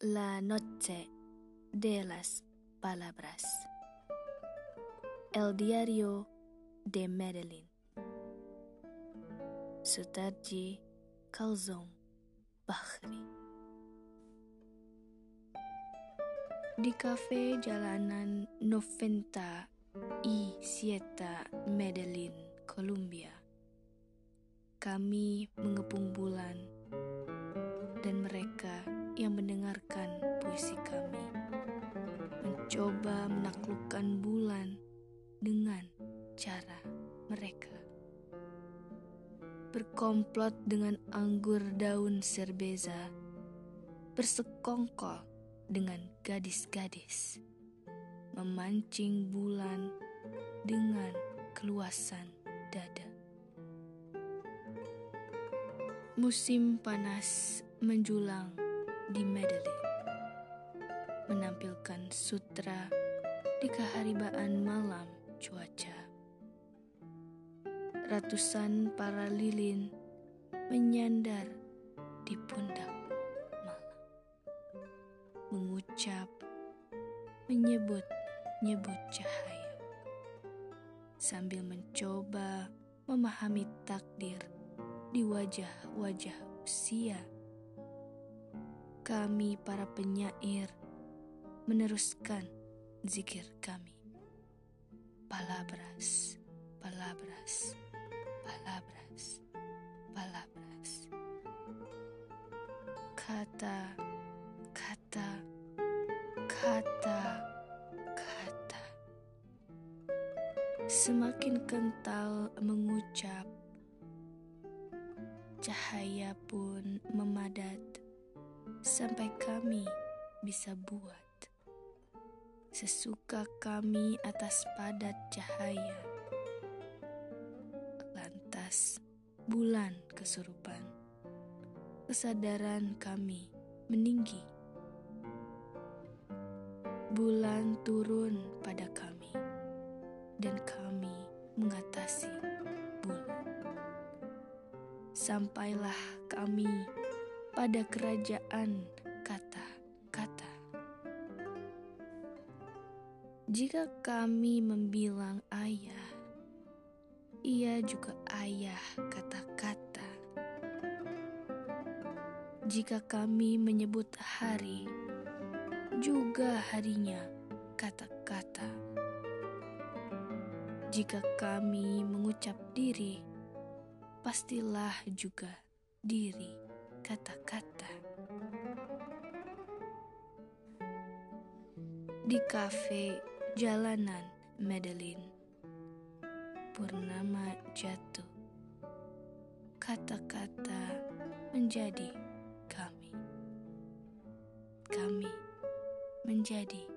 La noche de las palabras. El diario de Medellín. Sutarji Kalzoum Bahri. Di kafe jalanan 97 Medellín, Colombia, kami mengepung bulan dan mereka yang mendengarkan puisi kami mencoba menaklukkan bulan dengan cara mereka. Berkomplot dengan anggur daun serbeza, bersekongkol dengan gadis-gadis, memancing bulan dengan keluasan dada. Musim panas menjulang di Medellín, menampilkan sutra di keharibaan malam cuaca. Ratusan para lilin menyandar di pundak malam, mengucap, menyebut-nyebut cahaya, sambil mencoba memahami takdir di wajah-wajah usia. Kami para penyair meneruskan zikir kami. Palabras, palabras, palabras, palabras. Kata, kata, kata, kata. Semakin kental mengucap, cahaya pun memadat sampai kami bisa buat sesuka kami atas padat cahaya. Lantas bulan kesurupan, kesadaran kami meninggi. Bulan turun pada kami dan kami mengatasi bulan. Sampailah kami pada kerajaan kata-kata. Jika kami membilang ayah, ia juga ayah kata-kata. Jika kami menyebut hari, juga harinya kata-kata. Jika kami mengucap diri, pastilah juga diri kata-kata. Di kafe jalanan Medellín, purnama jatuh, kata-kata menjadi kami. Kami menjadi